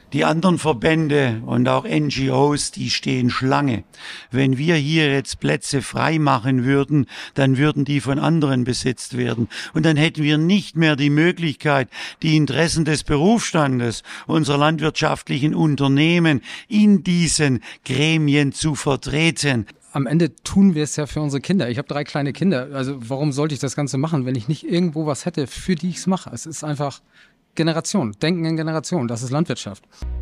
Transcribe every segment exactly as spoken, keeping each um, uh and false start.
Die anderen Verbände und auch N G Os, die stehen Schlange. Wenn wir hier jetzt Plätze frei machen würden, dann würden die von anderen besetzt werden. Und dann hätten wir nicht mehr die Möglichkeit, die Interessen des Berufsstandes, unserer landwirtschaftlichen Unternehmen in diesen Gremien zu vertreten. Am Ende tun wir es ja für unsere Kinder. Ich habe drei kleine Kinder. Also warum sollte ich das Ganze machen, wenn ich nicht irgendwo was hätte, für die ich es mache? Es ist einfach Generation, Denken in Generation, das ist Landwirtschaft.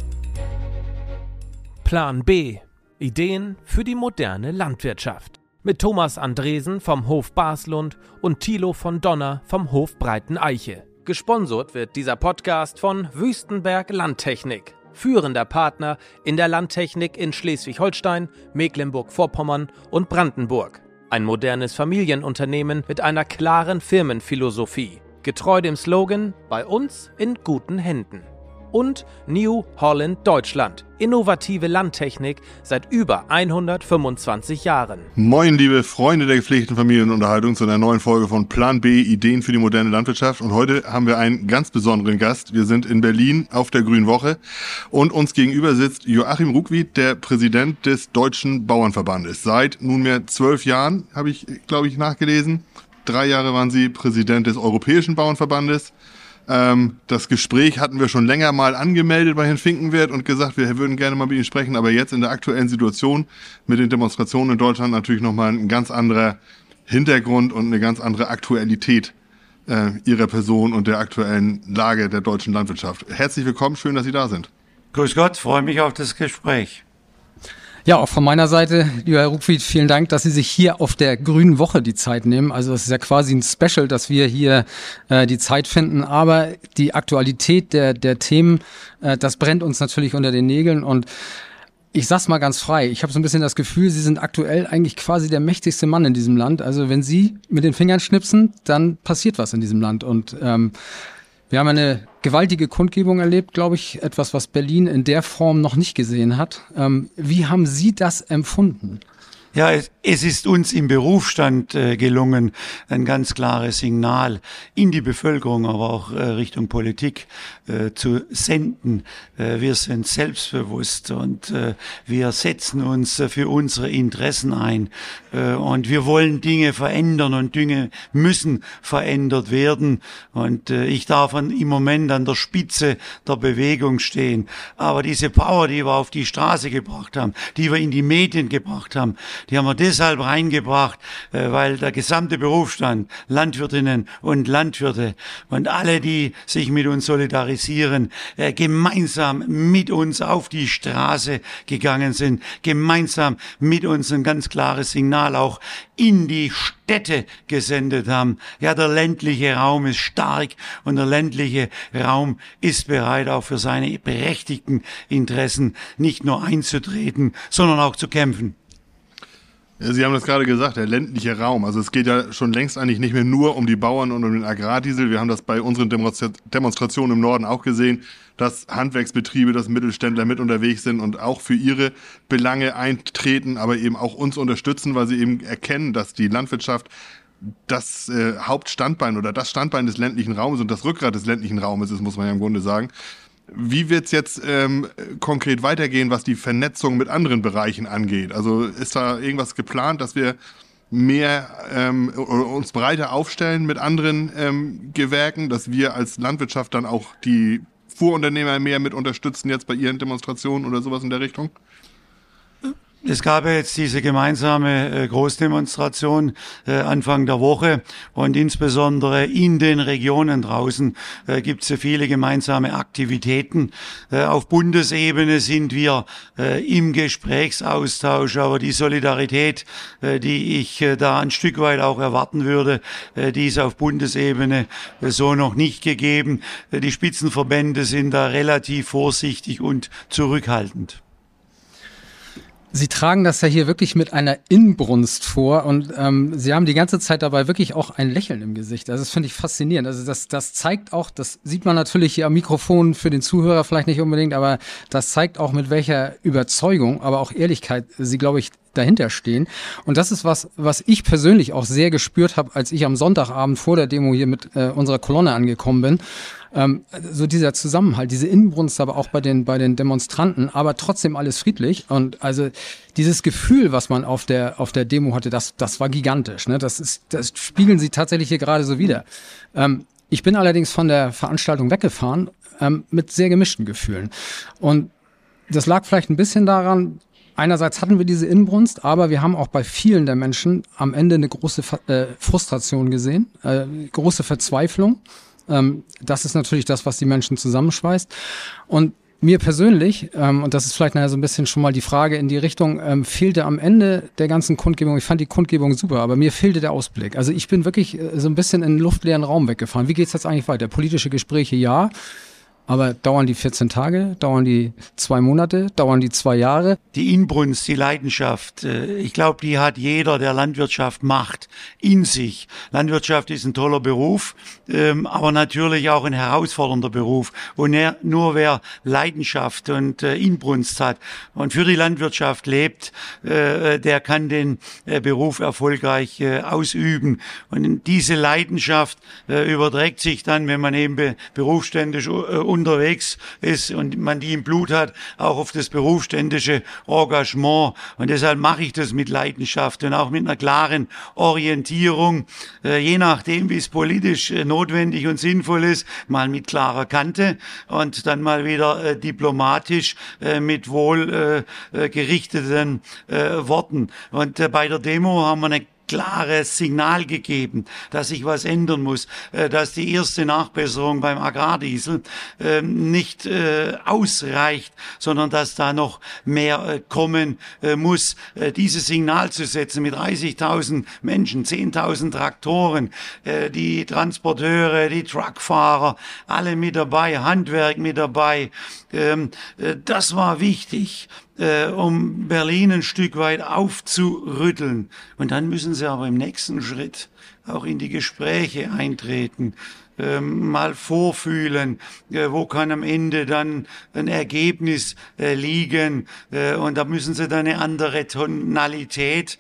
Plan B. Ideen für die moderne Landwirtschaft. Mit Thomas Andresen vom Hof Baslund und Thilo von Donner vom Hof Breiteneiche. Gesponsert wird dieser Podcast von Wüstenberg Landtechnik. Führender Partner in der Landtechnik in Schleswig-Holstein, Mecklenburg-Vorpommern und Brandenburg. Ein modernes Familienunternehmen mit einer klaren Firmenphilosophie. Getreu dem Slogan, bei uns in guten Händen. Und New Holland Deutschland, innovative Landtechnik seit über hundertfünfundzwanzig Jahren. Moin, liebe Freunde der gepflegten Familienunterhaltung, zu einer neuen Folge von Plan B, Ideen für die moderne Landwirtschaft. Und heute haben wir einen ganz besonderen Gast. Wir sind in Berlin auf der Grünen Woche und uns gegenüber sitzt Joachim Ruckwied, der Präsident des Deutschen Bauernverbandes. Seit nunmehr zwölf Jahren, habe ich, glaube ich, nachgelesen. Drei Jahre waren Sie Präsident des Europäischen Bauernverbandes. Ähm, das Gespräch hatten wir schon länger mal angemeldet bei Herrn Finkenwerth und gesagt, wir würden gerne mal mit Ihnen sprechen. Aber jetzt in der aktuellen Situation mit den Demonstrationen in Deutschland natürlich nochmal ein ganz anderer Hintergrund und eine ganz andere Aktualität äh, Ihrer Person und der aktuellen Lage der deutschen Landwirtschaft. Herzlich willkommen, schön, dass Sie da sind. Grüß Gott, freue mich auf das Gespräch. Ja, auch von meiner Seite, lieber Herr Ruckwied, vielen Dank, dass Sie sich hier auf der Grünen Woche die Zeit nehmen. Also es ist ja quasi ein Special, dass wir hier äh, die Zeit finden. Aber die Aktualität der der Themen, äh, das brennt uns natürlich unter den Nägeln. Und ich sag's mal ganz frei, ich habe so ein bisschen das Gefühl, Sie sind aktuell eigentlich quasi der mächtigste Mann in diesem Land. Also wenn Sie mit den Fingern schnipsen, dann passiert was in diesem Land. Und ähm, wir haben eine gewaltige Kundgebung erlebt, glaube ich, etwas, was Berlin in der Form noch nicht gesehen hat. Ähm, wie haben Sie das empfunden? Ja, es, es ist uns im Berufsstand äh, gelungen, ein ganz klares Signal in die Bevölkerung, aber auch äh, Richtung Politik äh, zu senden. Äh, wir sind selbstbewusst und äh, wir setzen uns äh, für unsere Interessen ein. Äh, und wir wollen Dinge verändern und Dinge müssen verändert werden. Und äh, ich darf an, im Moment an der Spitze der Bewegung stehen. Aber diese Power, die wir auf die Straße gebracht haben, die wir in die Medien gebracht haben, die haben wir deshalb reingebracht, weil der gesamte Berufsstand, Landwirtinnen und Landwirte und alle, die sich mit uns solidarisieren, gemeinsam mit uns auf die Straße gegangen sind, gemeinsam mit uns ein ganz klares Signal auch in die Städte gesendet haben. Ja, der ländliche Raum ist stark und der ländliche Raum ist bereit, auch für seine berechtigten Interessen nicht nur einzutreten, sondern auch zu kämpfen. Sie haben das gerade gesagt, der ländliche Raum. Also es geht ja schon längst eigentlich nicht mehr nur um die Bauern und um den Agrardiesel. Wir haben das bei unseren Demonstra- Demonstrationen im Norden auch gesehen, dass Handwerksbetriebe, dass Mittelständler mit unterwegs sind und auch für ihre Belange eintreten, aber eben auch uns unterstützen, weil sie eben erkennen, dass die Landwirtschaft das äh, Hauptstandbein oder das Standbein des ländlichen Raumes und das Rückgrat des ländlichen Raumes ist, muss man ja im Grunde sagen. Wie wird's jetzt ähm, konkret weitergehen, was die Vernetzung mit anderen Bereichen angeht? Also ist da irgendwas geplant, dass wir mehr ähm, uns breiter aufstellen mit anderen ähm, Gewerken, dass wir als Landwirtschaft dann auch die Fuhrunternehmer mehr mit unterstützen jetzt bei ihren Demonstrationen oder sowas in der Richtung? Es gab ja jetzt diese gemeinsame äh, Großdemonstration äh, Anfang der Woche und insbesondere in den Regionen draußen äh, gibt es ja viele gemeinsame Aktivitäten. Äh, auf Bundesebene sind wir äh, im Gesprächsaustausch, aber die Solidarität, äh, die ich äh, da ein Stück weit auch erwarten würde, äh, die ist auf Bundesebene äh, so noch nicht gegeben. Äh, die Spitzenverbände sind da relativ vorsichtig und zurückhaltend. Sie tragen das ja hier wirklich mit einer Inbrunst vor und ähm, Sie haben die ganze Zeit dabei wirklich auch ein Lächeln im Gesicht. Also das finde ich faszinierend. Also das, das zeigt auch, das sieht man natürlich hier am Mikrofon für den Zuhörer vielleicht nicht unbedingt, aber das zeigt auch mit welcher Überzeugung, aber auch Ehrlichkeit Sie, glaube ich, dahinter stehen. Und das ist was, was ich persönlich auch sehr gespürt habe, als ich am Sonntagabend vor der Demo hier mit äh, unserer Kolonne angekommen bin. Ähm, so dieser Zusammenhalt, diese Inbrunst aber auch bei den, bei den Demonstranten, aber trotzdem alles friedlich. Und also dieses Gefühl, was man auf der, auf der Demo hatte, das, das war gigantisch, ne? Das ist, das spiegeln sie tatsächlich hier gerade so wider. Ähm, ich bin allerdings von der Veranstaltung weggefahren, ähm, mit sehr gemischten Gefühlen. Und das lag vielleicht ein bisschen daran, einerseits hatten wir diese Inbrunst, aber wir haben auch bei vielen der Menschen am Ende eine große äh, Frustration gesehen, äh, große Verzweiflung. Ähm, das ist natürlich das, was die Menschen zusammenschweißt. Und mir persönlich, ähm, und das ist vielleicht nachher so ein bisschen schon mal die Frage in die Richtung, ähm, fehlte am Ende der ganzen Kundgebung, ich fand die Kundgebung super, aber mir fehlte der Ausblick. Also ich bin wirklich äh, so ein bisschen in einen luftleeren Raum weggefahren. Wie geht's jetzt eigentlich weiter? Politische Gespräche, ja. Aber dauern die vierzehn Tage, dauern die zwei Monate, dauern die zwei Jahre? Die Inbrunst, die Leidenschaft, ich glaube, die hat jeder, der Landwirtschaft macht, in sich. Landwirtschaft ist ein toller Beruf, aber natürlich auch ein herausfordernder Beruf, wo nur wer Leidenschaft und Inbrunst hat und für die Landwirtschaft lebt, der kann den Beruf erfolgreich ausüben. Und diese Leidenschaft überträgt sich dann, wenn man eben berufsständisch unterwegs ist und man die im Blut hat, auch auf das berufsständische Engagement. Und deshalb mache ich das mit Leidenschaft und auch mit einer klaren Orientierung, äh, je nachdem, wie es politisch äh, notwendig und sinnvoll ist, mal mit klarer Kante und dann mal wieder äh, diplomatisch äh, mit wohl äh, gerichteten äh, Worten. Und äh, bei der Demo haben wir eine klares Signal gegeben, dass sich was ändern muss, dass die erste Nachbesserung beim Agrardiesel nicht ausreicht, sondern dass da noch mehr kommen muss. Dieses Signal zu setzen mit dreißigtausend Menschen, zehntausend Traktoren, die Transporteure, die Truckfahrer, alle mit dabei, Handwerk mit dabei, das war wichtig, um Berlin ein Stück weit aufzurütteln. Und dann müssen sie aber im nächsten Schritt auch in die Gespräche eintreten, ähm, mal vorfühlen, äh, wo kann am Ende dann ein Ergebnis äh, liegen. Äh, und da müssen sie dann eine andere Tonalität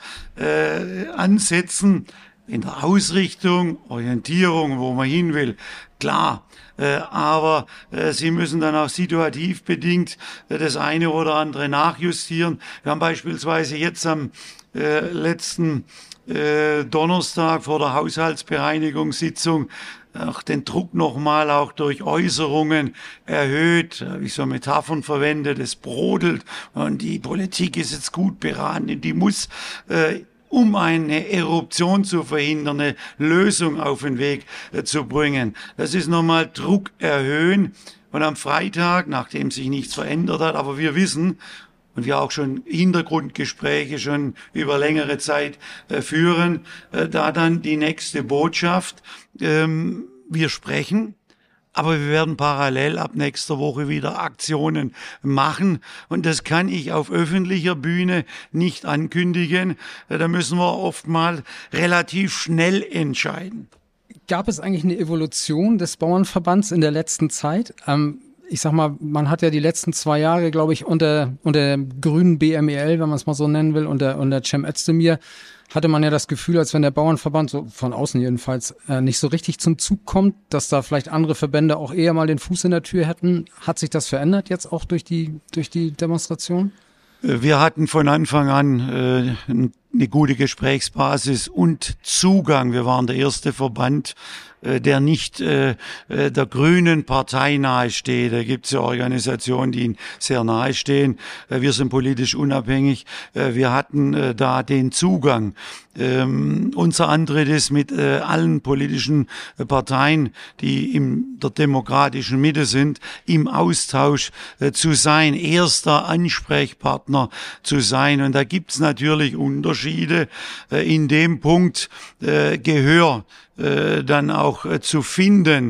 äh, ansetzen. In der Ausrichtung, Orientierung, wo man hin will, klar. Äh, aber äh, sie müssen dann auch situativ bedingt äh, das eine oder andere nachjustieren. Wir haben beispielsweise jetzt am äh, letzten äh, Donnerstag vor der Haushaltsbereinigungssitzung auch den Druck nochmal auch durch Äußerungen erhöht, habe ich so Metaphern verwendet, es brodelt und die Politik ist jetzt gut beraten, die muss äh, um eine Eruption zu verhindern, eine Lösung auf den Weg äh, zu bringen. Das ist nochmal Druck erhöhen. Und am Freitag, nachdem sich nichts verändert hat, aber wir wissen, und wir auch schon Hintergrundgespräche schon über längere Zeit äh, führen, äh, da dann die nächste Botschaft, ähm, wir sprechen, aber wir werden parallel ab nächster Woche wieder Aktionen machen. Und das kann ich auf öffentlicher Bühne nicht ankündigen. Da müssen wir oft mal relativ schnell entscheiden. Gab es eigentlich eine Evolution des Bauernverbands in der letzten Zeit? Ähm Ich sag mal, man hat ja die letzten zwei Jahre, glaube ich, unter unter der grünen B M E L, wenn man es mal so nennen will, unter unter Cem Özdemir, hatte man ja das Gefühl, als wenn der Bauernverband, so von außen jedenfalls, äh, nicht so richtig zum Zug kommt, dass da vielleicht andere Verbände auch eher mal den Fuß in der Tür hätten. Hat sich das verändert jetzt auch durch die durch die Demonstration? Wir hatten von Anfang an äh, eine gute Gesprächsbasis und Zugang. Wir waren der erste Verband, äh, der nicht äh, der Grünen Partei nahesteht. Da gibt es ja Organisationen, die ihnen sehr nahestehen. Äh, wir sind politisch unabhängig. Äh, wir hatten äh, da den Zugang. Ähm, unser Antritt ist mit äh, allen politischen äh, Parteien, die in der demokratischen Mitte sind, im Austausch äh, zu sein, erster Ansprechpartner zu sein. Und da gibt's natürlich Unterschiede äh, in dem Punkt, äh, Gehör äh, dann auch äh, zu finden.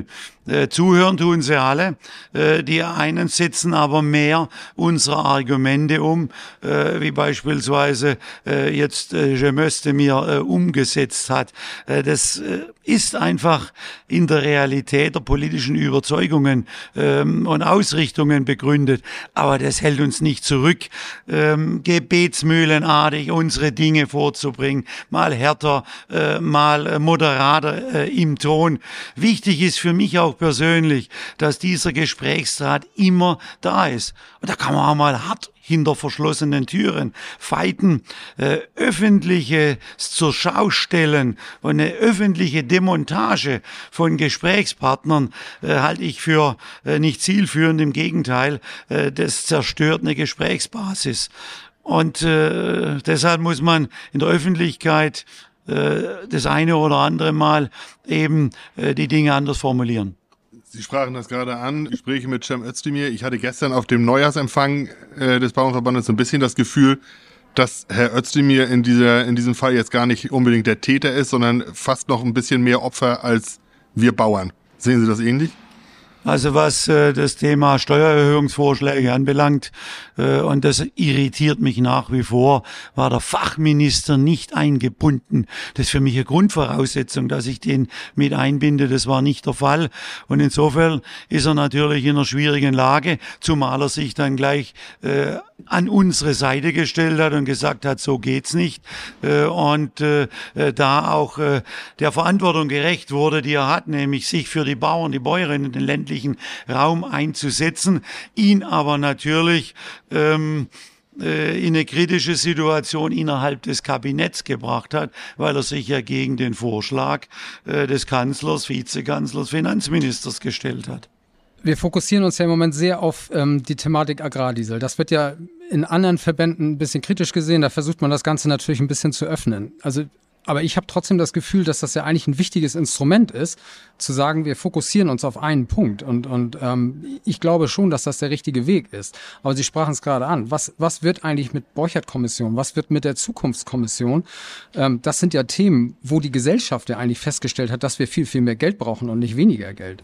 Äh, zuhören tun sie alle. Äh, die einen setzen aber mehr unsere Argumente um, äh, wie beispielsweise äh, jetzt äh, Je Möste mir äh, umgesetzt hat. Äh, das äh, ist einfach in der Realität der politischen Überzeugungen ähm, und Ausrichtungen begründet. Aber das hält uns nicht zurück, ähm, gebetsmühlenartig unsere Dinge vorzubringen. Mal härter, äh, mal moderater äh, im Ton. Wichtig ist für mich auch persönlich, dass dieser Gesprächsdraht immer da ist. Und da kann man auch mal hart hinter verschlossenen Türen fighten, äh, öffentliche zur Schau stellen und eine öffentliche Demontage von Gesprächspartnern äh, halte ich für äh, nicht zielführend. Im Gegenteil, äh, das zerstört eine Gesprächsbasis. Und äh, deshalb muss man in der Öffentlichkeit äh, das eine oder andere Mal eben äh, die Dinge anders formulieren. Sie sprachen das gerade an, Gespräche mit Cem Özdemir. Ich hatte gestern auf dem Neujahrsempfang äh, des Bauernverbandes so ein bisschen das Gefühl, dass Herr Özdemir in dieser, in diesem Fall jetzt gar nicht unbedingt der Täter ist, sondern fast noch ein bisschen mehr Opfer als wir Bauern. Sehen Sie das ähnlich? Also was äh, das Thema Steuererhöhungsvorschläge anbelangt, äh, und das irritiert mich nach wie vor, war der Fachminister nicht eingebunden. Das ist für mich eine Grundvoraussetzung, dass ich den mit einbinde. Das war nicht der Fall. Und insofern ist er natürlich in einer schwierigen Lage, zumal er sich dann gleich äh, an unsere Seite gestellt hat und gesagt hat, so geht's nicht. Äh, und äh, da auch äh, der Verantwortung gerecht wurde, die er hat, nämlich sich für die Bauern, die Bäuerinnen in den ländlichen Raum einzusetzen, ihn aber natürlich ähm, äh, in eine kritische Situation innerhalb des Kabinetts gebracht hat, weil er sich ja gegen den Vorschlag äh, des Kanzlers, Vizekanzlers, Finanzministers gestellt hat. Wir fokussieren uns ja im Moment sehr auf ähm, die Thematik Agrardiesel. Das wird ja in anderen Verbänden ein bisschen kritisch gesehen. Da versucht man das Ganze natürlich ein bisschen zu öffnen. Also Aber ich habe trotzdem das Gefühl, dass das ja eigentlich ein wichtiges Instrument ist, zu sagen, wir fokussieren uns auf einen Punkt. Und, und ähm, ich glaube schon, dass das der richtige Weg ist. Aber Sie sprachen es gerade an. Was, was wird eigentlich mit Borchert-Kommission? Was wird mit der Zukunftskommission? Ähm, das sind ja Themen, wo die Gesellschaft ja eigentlich festgestellt hat, dass wir viel, viel mehr Geld brauchen und nicht weniger Geld.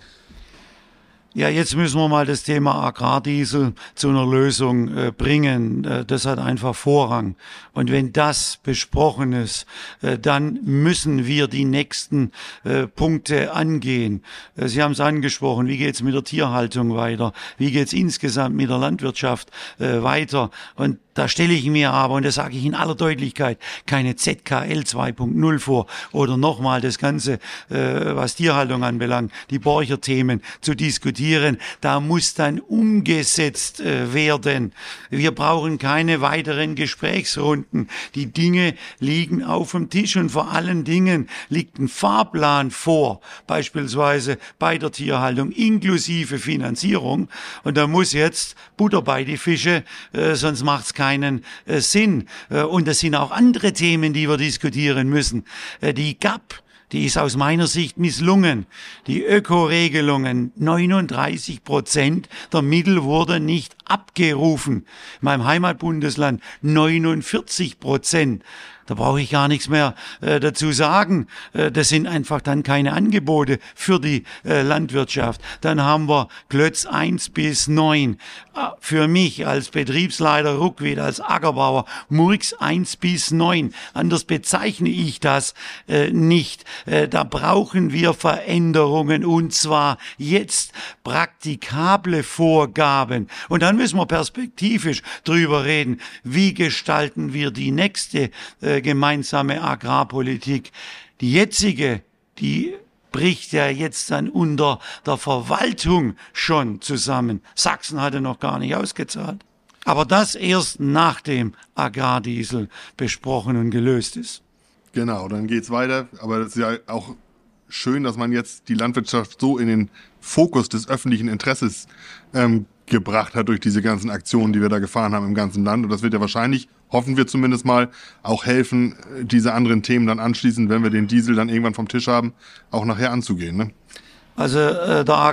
Ja, jetzt müssen wir mal das Thema Agrardiesel zu einer Lösung äh, bringen. Äh, das hat einfach Vorrang. Und wenn das besprochen ist, äh, dann müssen wir die nächsten äh, Punkte angehen. Äh, Sie haben es angesprochen, wie geht's mit der Tierhaltung weiter? Wie geht's insgesamt mit der Landwirtschaft äh, weiter? Und da stelle ich mir aber, und das sage ich in aller Deutlichkeit, keine Z K L zwei Punkt null vor oder nochmal das Ganze, äh, was Tierhaltung anbelangt, die Borchert-Themen zu diskutieren. Da muss dann umgesetzt äh, werden. Wir brauchen keine weiteren Gesprächsrunden. Die Dinge liegen auf dem Tisch und vor allen Dingen liegt ein Fahrplan vor, beispielsweise bei der Tierhaltung inklusive Finanzierung. Und da muss jetzt Butter bei die Fische, äh, sonst macht's keinen äh, Sinn. Äh, und das sind auch andere Themen, die wir diskutieren müssen. Äh, die G A P, die ist aus meiner Sicht misslungen. Die Ökoregelungen, neununddreißig Prozent der Mittel wurden nicht abgerufen. In meinem Heimatbundesland neunundvierzig Prozent. Da brauche ich gar nichts mehr äh, dazu sagen. Äh, das sind einfach dann keine Angebote für die äh, Landwirtschaft. Dann haben wir Klötz eins bis neun. Äh, für mich als Betriebsleiter Ruckwied, als Ackerbauer, Murks eins bis neun. Anders bezeichne ich das äh, nicht. Äh, da brauchen wir Veränderungen und zwar jetzt praktikable Vorgaben. Und dann müssen wir perspektivisch drüber reden, wie gestalten wir die nächste äh, gemeinsame Agrarpolitik. Die jetzige, die bricht ja jetzt dann unter der Verwaltung schon zusammen. Sachsen hatte noch gar nicht ausgezahlt. Aber das erst nach dem Agrardiesel besprochen und gelöst ist. Genau, dann geht's weiter. Aber das ist ja auch schön, dass man jetzt die Landwirtschaft so in den Fokus des öffentlichen Interesses ähm, gebracht hat durch diese ganzen Aktionen, die wir da gefahren haben im ganzen Land. Und das wird ja wahrscheinlich, hoffen wir zumindest mal, auch helfen, diese anderen Themen dann anschließend, wenn wir den Diesel dann irgendwann vom Tisch haben, auch nachher anzugehen. Ne? Also äh, der Agrar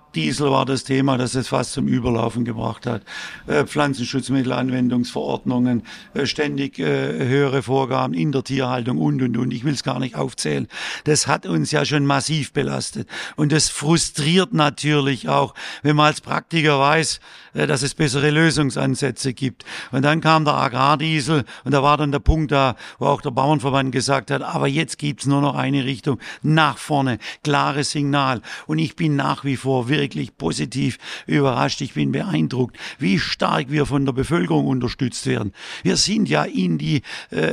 Diesel war das Thema, das es fast zum Überlaufen gebracht hat. Äh, Pflanzenschutzmittelanwendungsverordnungen, äh, ständig äh, höhere Vorgaben in der Tierhaltung und, und, und. Ich will es gar nicht aufzählen. Das hat uns ja schon massiv belastet. Und das frustriert natürlich auch, wenn man als Praktiker weiß, äh, dass es bessere Lösungsansätze gibt. Und dann kam der Agrardiesel und da war dann der Punkt da, wo auch der Bauernverband gesagt hat, aber jetzt gibt's nur noch eine Richtung, nach vorne, klares Signal. Und ich bin nach wie vor wirklich wirklich positiv überrascht. Ich bin beeindruckt, wie stark wir von der Bevölkerung unterstützt werden. Wir sind ja in die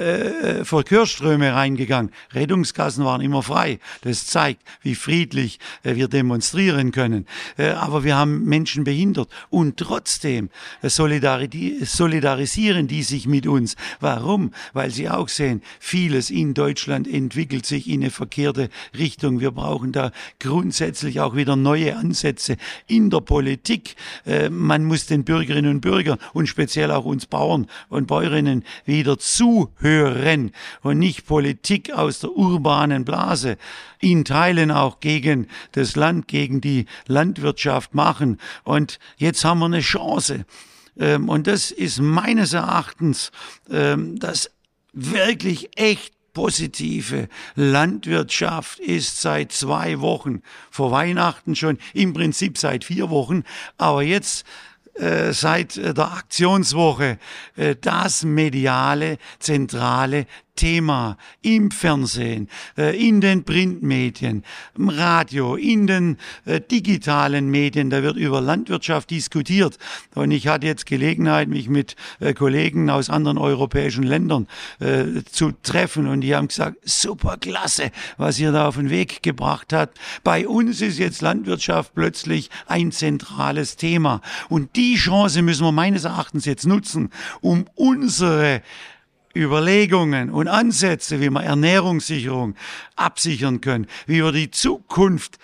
äh, Verkehrsströme reingegangen. Rettungskassen waren immer frei. Das zeigt, wie friedlich äh, wir demonstrieren können. Äh, aber wir haben Menschen behindert und trotzdem äh, solidari- solidarisieren die sich mit uns. Warum? Weil sie auch sehen, vieles in Deutschland entwickelt sich in eine verkehrte Richtung. Wir brauchen da grundsätzlich auch wieder neue Ansätze in der Politik. Äh, man muss den Bürgerinnen und Bürgern und speziell auch uns Bauern und Bäuerinnen wieder zuhören und nicht Politik aus der urbanen Blase in Teilen auch gegen das Land, gegen die Landwirtschaft machen. Und jetzt haben wir eine Chance. Ähm, und das ist meines Erachtens ähm, das wirklich echt positive Landwirtschaft ist seit zwei Wochen, vor Weihnachten schon, im Prinzip seit vier Wochen, aber jetzt äh, seit der Aktionswoche äh, das mediale, zentrale Thema im Fernsehen, in den Printmedien, im Radio, in den äh, digitalen Medien. Da wird über Landwirtschaft diskutiert. Und ich hatte jetzt Gelegenheit, mich mit äh, Kollegen aus anderen europäischen Ländern äh, zu treffen. Und die haben gesagt, super klasse, was ihr da auf den Weg gebracht habt. Bei uns ist jetzt Landwirtschaft plötzlich ein zentrales Thema. Und die Chance müssen wir meines Erachtens jetzt nutzen, um unsere Überlegungen und Ansätze, wie wir Ernährungssicherung absichern können, wie wir die Zukunft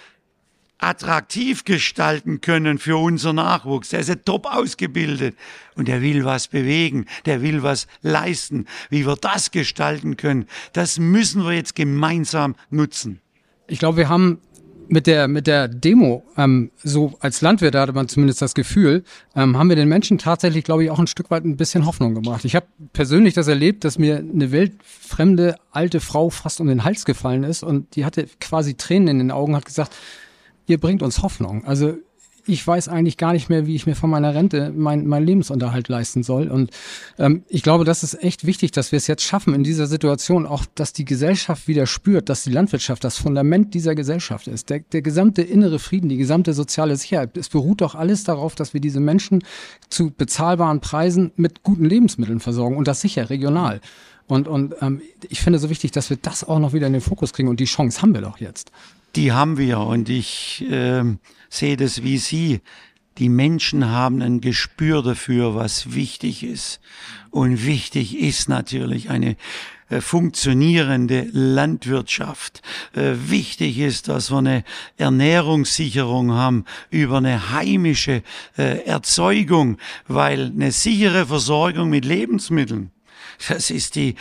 attraktiv gestalten können für unseren Nachwuchs. Der ist ja top ausgebildet und der will was bewegen, der will was leisten. Wie wir das gestalten können, das müssen wir jetzt gemeinsam nutzen. Ich glaube, wir haben mit der mit der Demo, ähm, so als Landwirt, da hatte man zumindest das Gefühl, ähm, haben wir den Menschen tatsächlich, glaube ich, auch ein Stück weit ein bisschen Hoffnung gebracht. Ich habe persönlich das erlebt, dass mir eine wildfremde alte Frau fast um den Hals gefallen ist und die hatte quasi Tränen in den Augen, hat gesagt, ihr bringt uns Hoffnung. Also ich weiß eigentlich gar nicht mehr, wie ich mir von meiner Rente mein, mein Lebensunterhalt leisten soll. Und ähm, ich glaube, das ist echt wichtig, dass wir es jetzt schaffen in dieser Situation, auch dass die Gesellschaft wieder spürt, dass die Landwirtschaft das Fundament dieser Gesellschaft ist. Der, der gesamte innere Frieden, die gesamte soziale Sicherheit, es beruht doch alles darauf, dass wir diese Menschen zu bezahlbaren Preisen mit guten Lebensmitteln versorgen und das sicher regional. Und, und ähm, ich finde es so wichtig, dass wir das auch noch wieder in den Fokus kriegen und die Chance haben wir doch jetzt. Die haben wir und ich äh, sehe das wie Sie. Die Menschen haben ein Gespür dafür, was wichtig ist. Und wichtig ist natürlich eine äh, funktionierende Landwirtschaft. Äh, wichtig ist, dass wir eine Ernährungssicherung haben über eine heimische äh, Erzeugung, weil eine sichere Versorgung mit Lebensmitteln, das ist die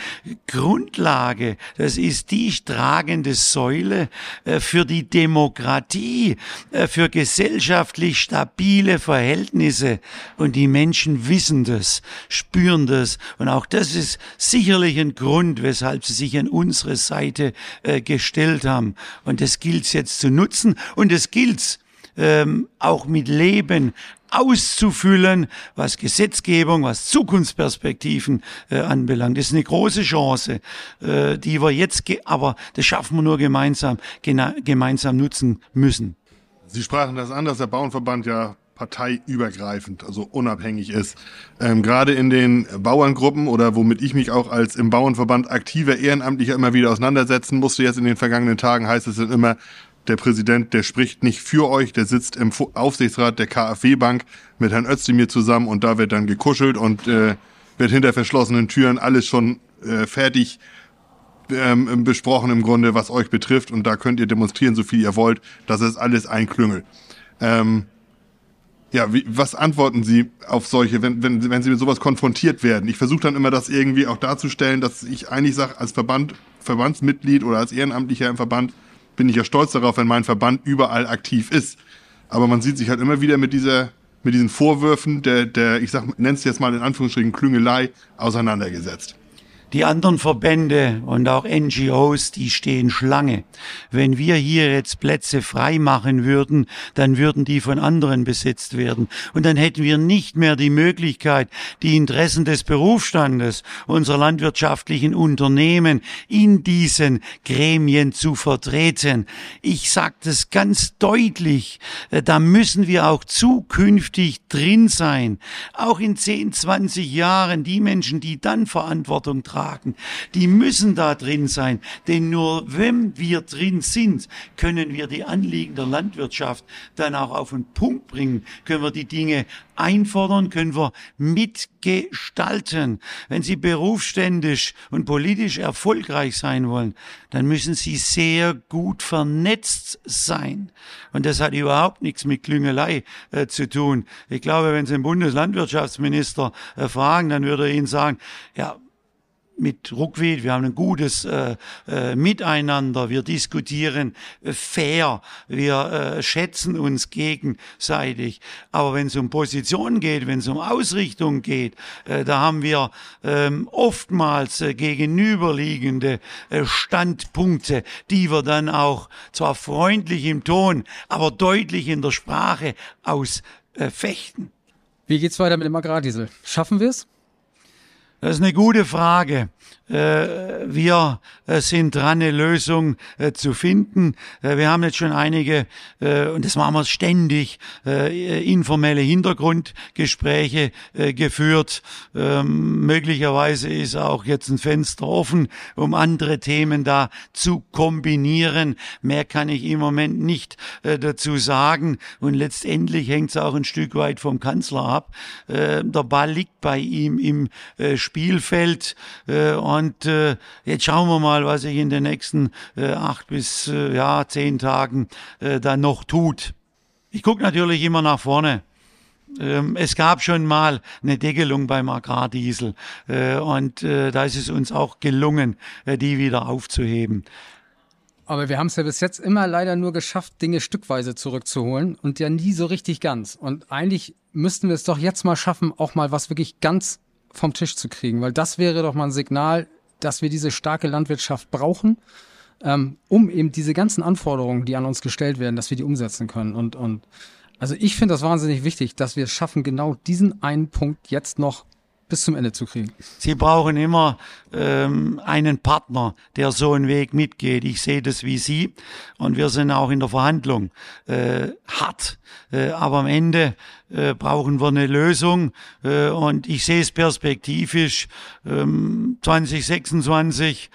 Grundlage, das ist die tragende Säule äh, für die Demokratie, äh, für gesellschaftlich stabile Verhältnisse. Und die Menschen wissen das, spüren das. Und auch das ist sicherlich ein Grund, weshalb sie sich an unsere Seite äh, gestellt haben. Und das gilt es jetzt zu nutzen und es gilt ähm, auch mit Leben auszufüllen, was Gesetzgebung, was Zukunftsperspektiven äh, anbelangt. Das ist eine große Chance, äh, die wir jetzt, ge- aber das schaffen wir nur gemeinsam, gena- gemeinsam nutzen müssen. Sie sprachen das an, dass der Bauernverband ja parteiübergreifend, also unabhängig ist. Ähm, gerade in den Bauerngruppen oder womit ich mich auch als im Bauernverband aktiver Ehrenamtlicher immer wieder auseinandersetzen musste, jetzt in den vergangenen Tagen heißt es dann immer, der Präsident, der spricht nicht für euch, der sitzt im Aufsichtsrat der K f W-Bank mit Herrn Özdemir zusammen und da wird dann gekuschelt und äh, wird hinter verschlossenen Türen alles schon äh, fertig ähm, besprochen im Grunde, was euch betrifft und da könnt ihr demonstrieren, so viel ihr wollt, das ist alles ein Klüngel. Ähm, ja, wie, was antworten Sie auf solche, wenn, wenn, wenn Sie mit sowas konfrontiert werden? Ich versuche dann immer das irgendwie auch darzustellen, dass ich eigentlich sage, als Verband, Verbandsmitglied oder als Ehrenamtlicher im Verband bin ich ja stolz darauf, wenn mein Verband überall aktiv ist. aber man sieht sich halt immer wieder mit dieser, mit diesen Vorwürfen der, der, ich sag, nenn's jetzt mal in Anführungsstrichen Klüngelei, auseinandergesetzt. Die anderen Verbände und auch N G Os, die stehen Schlange. Wenn wir hier jetzt Plätze frei machen würden, dann würden die von anderen besetzt werden. Und dann hätten wir nicht mehr die Möglichkeit, die Interessen des Berufsstandes, unserer landwirtschaftlichen Unternehmen in diesen Gremien zu vertreten. Ich sage das ganz deutlich, da müssen wir auch zukünftig drin sein. Auch in zehn, zwanzig Jahren, die Menschen, die dann Verantwortung tragen, die müssen da drin sein, denn nur wenn wir drin sind, können wir die Anliegen der Landwirtschaft dann auch auf den Punkt bringen, können wir die Dinge einfordern, können wir mitgestalten. Wenn Sie berufsständisch und politisch erfolgreich sein wollen, dann müssen Sie sehr gut vernetzt sein. Und das hat überhaupt nichts mit Klüngelei äh, zu tun. Ich glaube, wenn Sie den Bundeslandwirtschaftsminister äh, fragen, dann würde er Ihnen sagen, ja, mit Ruckwied, wir haben ein gutes äh, äh, Miteinander, wir diskutieren äh, fair, wir äh, schätzen uns gegenseitig. Aber wenn es um Positionen geht, wenn es um Ausrichtung geht, äh, da haben wir ähm, oftmals äh, gegenüberliegende äh, Standpunkte, die wir dann auch zwar freundlich im Ton, aber deutlich in der Sprache ausfechten. Äh, Wie geht's weiter mit dem Agrardiesel? Schaffen wir es? Das ist eine gute Frage. Wir sind dran, eine Lösung zu finden. Wir haben jetzt schon einige, und das machen wir ständig, informelle Hintergrundgespräche geführt. Möglicherweise ist auch jetzt ein Fenster offen, um andere Themen da zu kombinieren. Mehr kann ich im Moment nicht dazu sagen. Und letztendlich hängt es auch ein Stück weit vom Kanzler ab. Der Ball liegt bei ihm im Spielfeld. Und äh, jetzt schauen wir mal, was sich in den nächsten äh, acht bis äh, ja, zehn Tagen äh, dann noch tut. Ich gucke natürlich immer nach vorne. Ähm, es gab schon mal eine Deckelung beim Agrardiesel äh, und äh, da ist es uns auch gelungen, äh, die wieder aufzuheben. Aber wir haben es ja bis jetzt immer leider nur geschafft, Dinge stückweise zurückzuholen und ja nie so richtig ganz. Und eigentlich müssten wir es doch jetzt mal schaffen, auch mal was wirklich ganz vom Tisch zu kriegen, weil das wäre doch mal ein Signal, dass wir diese starke Landwirtschaft brauchen, ähm, um eben diese ganzen Anforderungen, die an uns gestellt werden, dass wir die umsetzen können. Und, und also ich finde das wahnsinnig wichtig, dass wir es schaffen, genau diesen einen Punkt jetzt noch bis zum Ende zu kriegen. Sie brauchen immer ähm, einen Partner, der so einen Weg mitgeht. Ich sehe das wie Sie und wir sind auch in der Verhandlung äh, hart. Äh, aber am Ende äh, brauchen wir eine Lösung äh, und ich sehe es perspektivisch. Ähm, zwanzig sechsundzwanzig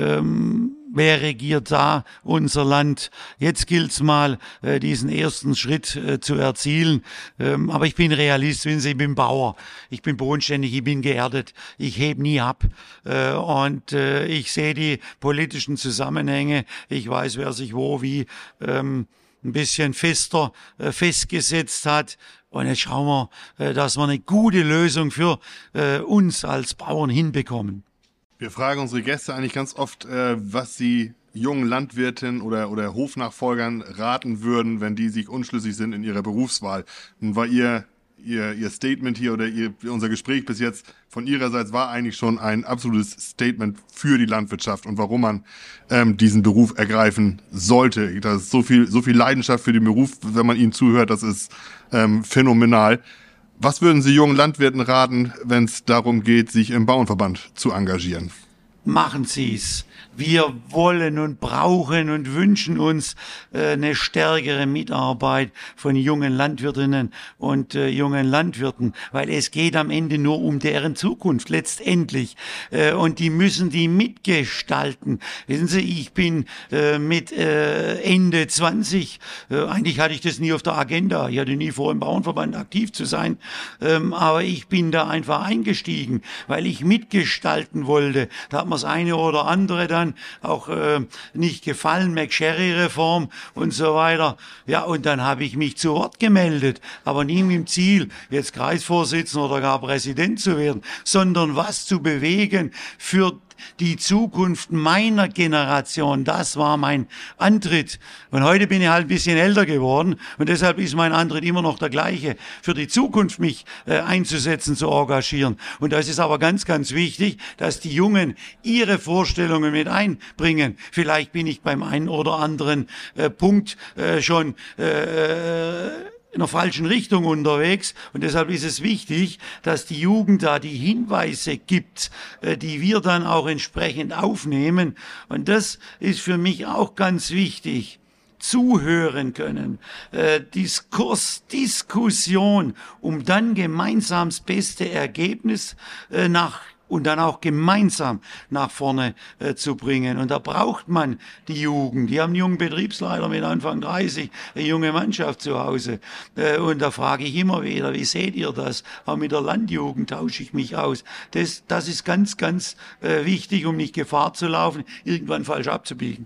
ähm, wer regiert da unser Land? Jetzt gilt's mal, äh, diesen ersten Schritt äh, zu erzielen. Ähm, aber ich bin Realist, wissen Sie, ich bin Bauer, ich bin bodenständig, ich bin geerdet, ich heb nie ab. Äh, und äh, ich sehe die politischen Zusammenhänge, ich weiß, wer sich wo wie ähm, ein bisschen fester äh, festgesetzt hat. Und jetzt schauen wir, äh, dass wir eine gute Lösung für äh, uns als Bauern hinbekommen. Wir fragen unsere Gäste eigentlich ganz oft, äh, was sie jungen Landwirten oder, oder Hofnachfolgern raten würden, wenn die sich unschlüssig sind in ihrer Berufswahl. Nun war ihr, ihr, ihr Statement hier oder ihr, unser Gespräch bis jetzt von ihrerseits war eigentlich schon ein absolutes Statement für die Landwirtschaft und warum man ähm, diesen Beruf ergreifen sollte. Da ist so viel, so viel Leidenschaft für den Beruf, wenn man ihnen zuhört, das ist ähm, phänomenal. Was würden Sie jungen Landwirten raten, wenn es darum geht, sich im Bauernverband zu engagieren? Machen Sie es. Wir wollen und brauchen und wünschen uns äh, eine stärkere Mitarbeit von jungen Landwirtinnen und äh, jungen Landwirten, weil es geht am Ende nur um deren Zukunft letztendlich äh, und die müssen die mitgestalten. Wissen Sie, ich bin äh, mit äh, Ende zwanzig, äh, eigentlich hatte ich das nie auf der Agenda, ich hatte nie vor, im Bauernverband aktiv zu sein, ähm, aber ich bin da einfach eingestiegen, weil ich mitgestalten wollte. Da hat man das eine oder andere dann auch äh, nicht gefallen, McSherry-Reform und so weiter. Ja, und dann habe ich mich zu Wort gemeldet, aber nie mit dem Ziel, jetzt Kreisvorsitzender oder gar Präsident zu werden, sondern was zu bewegen für die Zukunft meiner Generation. Das war mein Antritt. Und heute bin ich halt ein bisschen älter geworden und deshalb ist mein Antritt immer noch der gleiche, für die Zukunft mich äh, einzusetzen, zu engagieren. Und das ist aber ganz, ganz wichtig, dass die Jungen ihre Vorstellungen mit einbringen. Vielleicht bin ich beim einen oder anderen äh, Punkt äh, schon äh, in der falschen Richtung unterwegs und deshalb ist es wichtig, dass die Jugend da die Hinweise gibt, die wir dann auch entsprechend aufnehmen und das ist für mich auch ganz wichtig. Zuhören können, äh, Diskurs, Diskussion, um dann gemeinsam das beste Ergebnis äh, nach und dann auch gemeinsam nach vorne äh, zu bringen. Und da braucht man die Jugend. Die haben einen jungen Betriebsleiter mit Anfang dreißig, eine junge Mannschaft zu Hause. Äh, und da frage ich immer wieder, wie seht ihr das? Auch mit der Landjugend tausche ich mich aus. Das, das ist ganz, ganz äh, wichtig, um nicht Gefahr zu laufen, irgendwann falsch abzubiegen.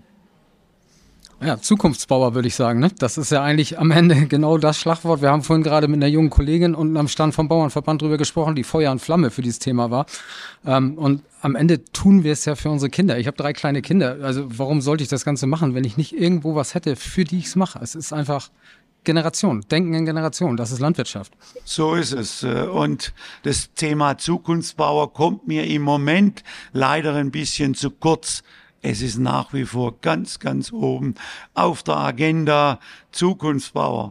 Ja, Zukunftsbauer würde ich sagen. Ne? Das ist ja eigentlich am Ende genau das Schlagwort. Wir haben vorhin gerade mit einer jungen Kollegin unten am Stand vom Bauernverband drüber gesprochen, die Feuer und Flamme für dieses Thema war. Ähm, und am Ende tun wir es ja für unsere Kinder. Ich habe drei kleine Kinder. Also warum sollte ich das Ganze machen, wenn ich nicht irgendwo was hätte, für die ich es mache? Es ist einfach Generation, Denken in Generation. Das ist Landwirtschaft. So ist es. Und das Thema Zukunftsbauer kommt mir im Moment leider ein bisschen zu kurz. Es ist nach wie vor ganz, ganz oben auf der Agenda. Zukunftsbauer,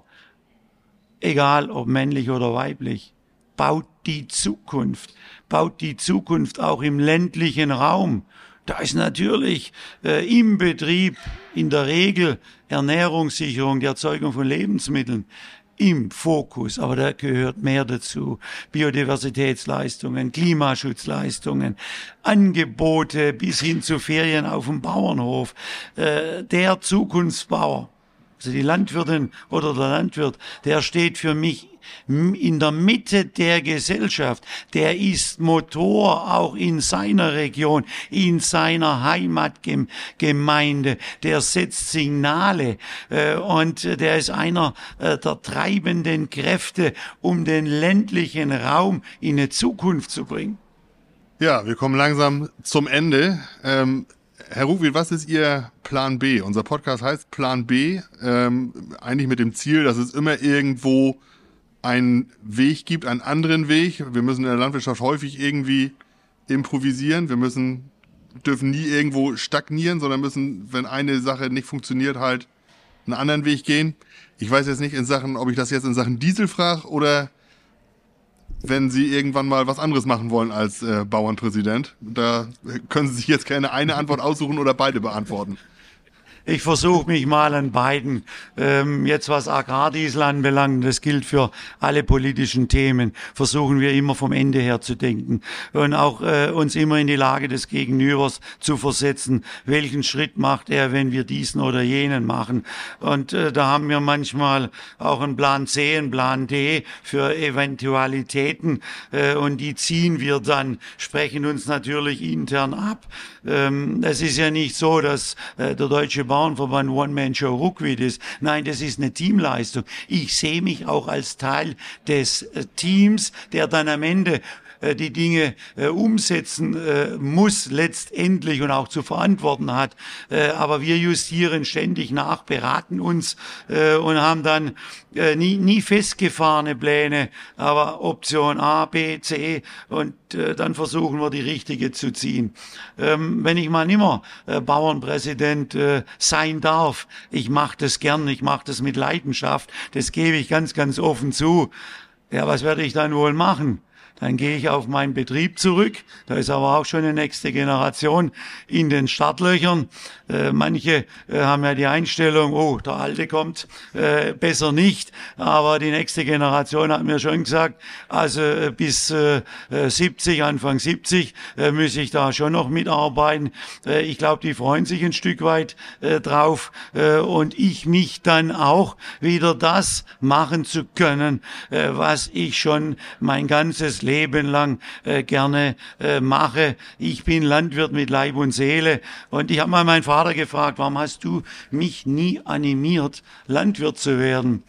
egal ob männlich oder weiblich, baut die Zukunft, baut die Zukunft auch im ländlichen Raum. Da ist natürlich äh, im Betrieb in der Regel Ernährungssicherung, die Erzeugung von Lebensmitteln im Fokus, aber da gehört mehr dazu. Biodiversitätsleistungen, Klimaschutzleistungen, Angebote bis hin zu Ferien auf dem Bauernhof. Äh, der Zukunftsbauer, also die Landwirtin oder der Landwirt, der steht für mich in der Mitte der Gesellschaft. Der ist Motor auch in seiner Region, in seiner Heimatgemeinde. Der setzt Signale äh, und der ist einer äh, der treibenden Kräfte, um den ländlichen Raum in eine Zukunft zu bringen. Ja, wir kommen langsam zum Ende. Ähm Herr Ruckwied, was ist Ihr Plan B? Unser Podcast heißt Plan B, ähm, eigentlich mit dem Ziel, dass es immer irgendwo einen Weg gibt, einen anderen Weg. Wir müssen in der Landwirtschaft häufig irgendwie improvisieren. Wir müssen, dürfen nie irgendwo stagnieren, sondern müssen, wenn eine Sache nicht funktioniert, halt einen anderen Weg gehen. Ich weiß jetzt nicht in Sachen, ob ich das jetzt in Sachen Diesel frage oder wenn Sie irgendwann mal was anderes machen wollen als äh, Bauernpräsident. Da können Sie sich jetzt gerne eine Antwort aussuchen oder beide beantworten. Ich versuche mich mal an beiden. Ähm, jetzt was Agrardiesel anbelangt, das gilt für alle politischen Themen, versuchen wir immer vom Ende her zu denken und auch äh, uns immer in die Lage des Gegenübers zu versetzen. Welchen Schritt macht er, wenn wir diesen oder jenen machen? Und äh, da haben wir manchmal auch einen Plan C, einen Plan D für Eventualitäten äh, und die ziehen wir dann, sprechen uns natürlich intern ab. Ähm, es ist ja nicht so, dass äh, der Deutsche Bauernverband One-Man-Show Ruckwied ist. Nein, das ist eine Teamleistung. Ich sehe mich auch als Teil des äh, Teams, der dann am Ende äh, die Dinge äh, umsetzen äh, muss letztendlich und auch zu verantworten hat. Äh, aber wir justieren ständig nach, beraten uns äh, und haben dann äh, nie, nie festgefahrene Pläne, aber Option A, B, C und äh, dann versuchen wir die richtige zu ziehen. Ähm, wenn ich mal nimmer äh, Bauernpräsident äh, sein darf, ich mache das gern, ich mache das mit Leidenschaft, das gebe ich ganz, ganz offen zu. Ja, was werde ich dann wohl machen? Dann gehe ich auf meinen Betrieb zurück. Da ist aber auch schon eine nächste Generation in den Startlöchern. Äh, manche äh, haben ja die Einstellung, oh, der Alte kommt, äh, besser nicht. Aber die nächste Generation hat mir schon gesagt, also äh, bis äh, siebzig, Anfang siebzig äh, muss ich da schon noch mitarbeiten. Äh, ich glaube, die freuen sich ein Stück weit äh, drauf. Äh, und ich mich dann auch wieder das machen zu können, äh, was ich schon mein ganzes Leben lang äh, gerne äh, mache. Ich bin Landwirt mit Leib und Seele und ich habe mal meinen Vater gefragt, warum hast du mich nie animiert, Landwirt zu werden?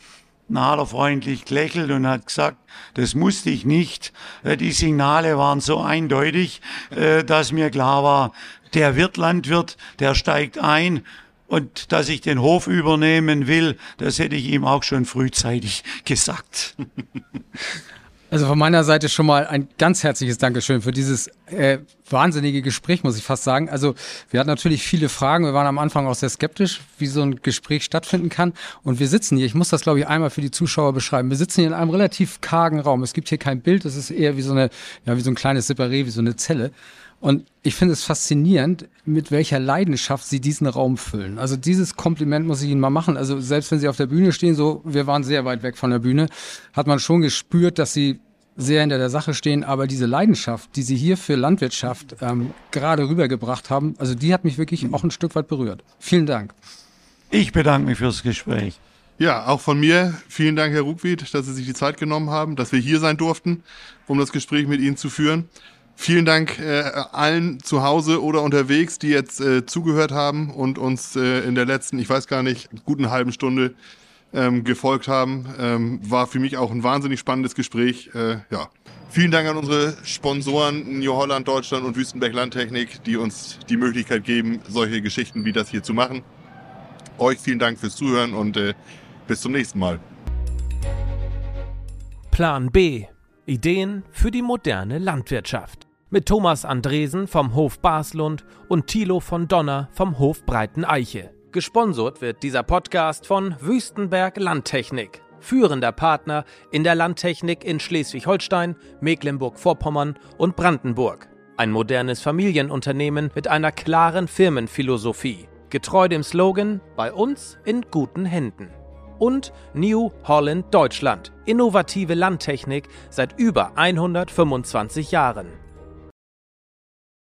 Dann hat er freundlich gelächelt und hat gesagt, das musste ich nicht. Die Signale waren so eindeutig, dass mir klar war, der wird Landwirt, der steigt ein. Und dass ich den Hof übernehmen will, das hätte ich ihm auch schon frühzeitig gesagt. Also von meiner Seite schon mal ein ganz herzliches Dankeschön für dieses äh, wahnsinnige Gespräch, muss ich fast sagen. Also wir hatten natürlich viele Fragen. Wir waren am Anfang auch sehr skeptisch, wie so ein Gespräch stattfinden kann. Und wir sitzen hier, ich muss das glaube ich einmal für die Zuschauer beschreiben, wir sitzen hier in einem relativ kargen Raum. Es gibt hier kein Bild, es ist eher wie so eine, ja, wie so ein kleines Separé, wie so eine Zelle. Und ich finde es faszinierend, mit welcher Leidenschaft Sie diesen Raum füllen. Also dieses Kompliment muss ich Ihnen mal machen. Also selbst wenn Sie auf der Bühne stehen, so, wir waren sehr weit weg von der Bühne, hat man schon gespürt, dass Sie sehr hinter der Sache stehen. Aber diese Leidenschaft, die Sie hier für Landwirtschaft ähm, gerade rübergebracht haben, also die hat mich wirklich auch ein Stück weit berührt. Vielen Dank. Ich bedanke mich fürs Gespräch. Ja, auch von mir vielen Dank, Herr Ruckwied, dass Sie sich die Zeit genommen haben, dass wir hier sein durften, um das Gespräch mit Ihnen zu führen. Vielen Dank äh, allen zu Hause oder unterwegs, die jetzt äh, zugehört haben und uns äh, in der letzten, ich weiß gar nicht, guten halben Stunde ähm, gefolgt haben. Ähm, war für mich auch ein wahnsinnig spannendes Gespräch. Äh, ja. Vielen Dank an unsere Sponsoren New Holland Deutschland und Wüstenberg Landtechnik, die uns die Möglichkeit geben, solche Geschichten wie das hier zu machen. Euch vielen Dank fürs Zuhören und äh, bis zum nächsten Mal. Plan B. Ideen für die moderne Landwirtschaft. Mit Thomas Andresen vom Hof Baslund und Thilo von Donner vom Hof Breiten Eiche. Gesponsert wird dieser Podcast von Wüstenberg Landtechnik, führender Partner in der Landtechnik in Schleswig-Holstein, Mecklenburg-Vorpommern und Brandenburg. Ein modernes Familienunternehmen mit einer klaren Firmenphilosophie, getreu dem Slogan „Bei uns in guten Händen“. Und New Holland Deutschland, innovative Landtechnik seit über hundertfünfundzwanzig Jahren.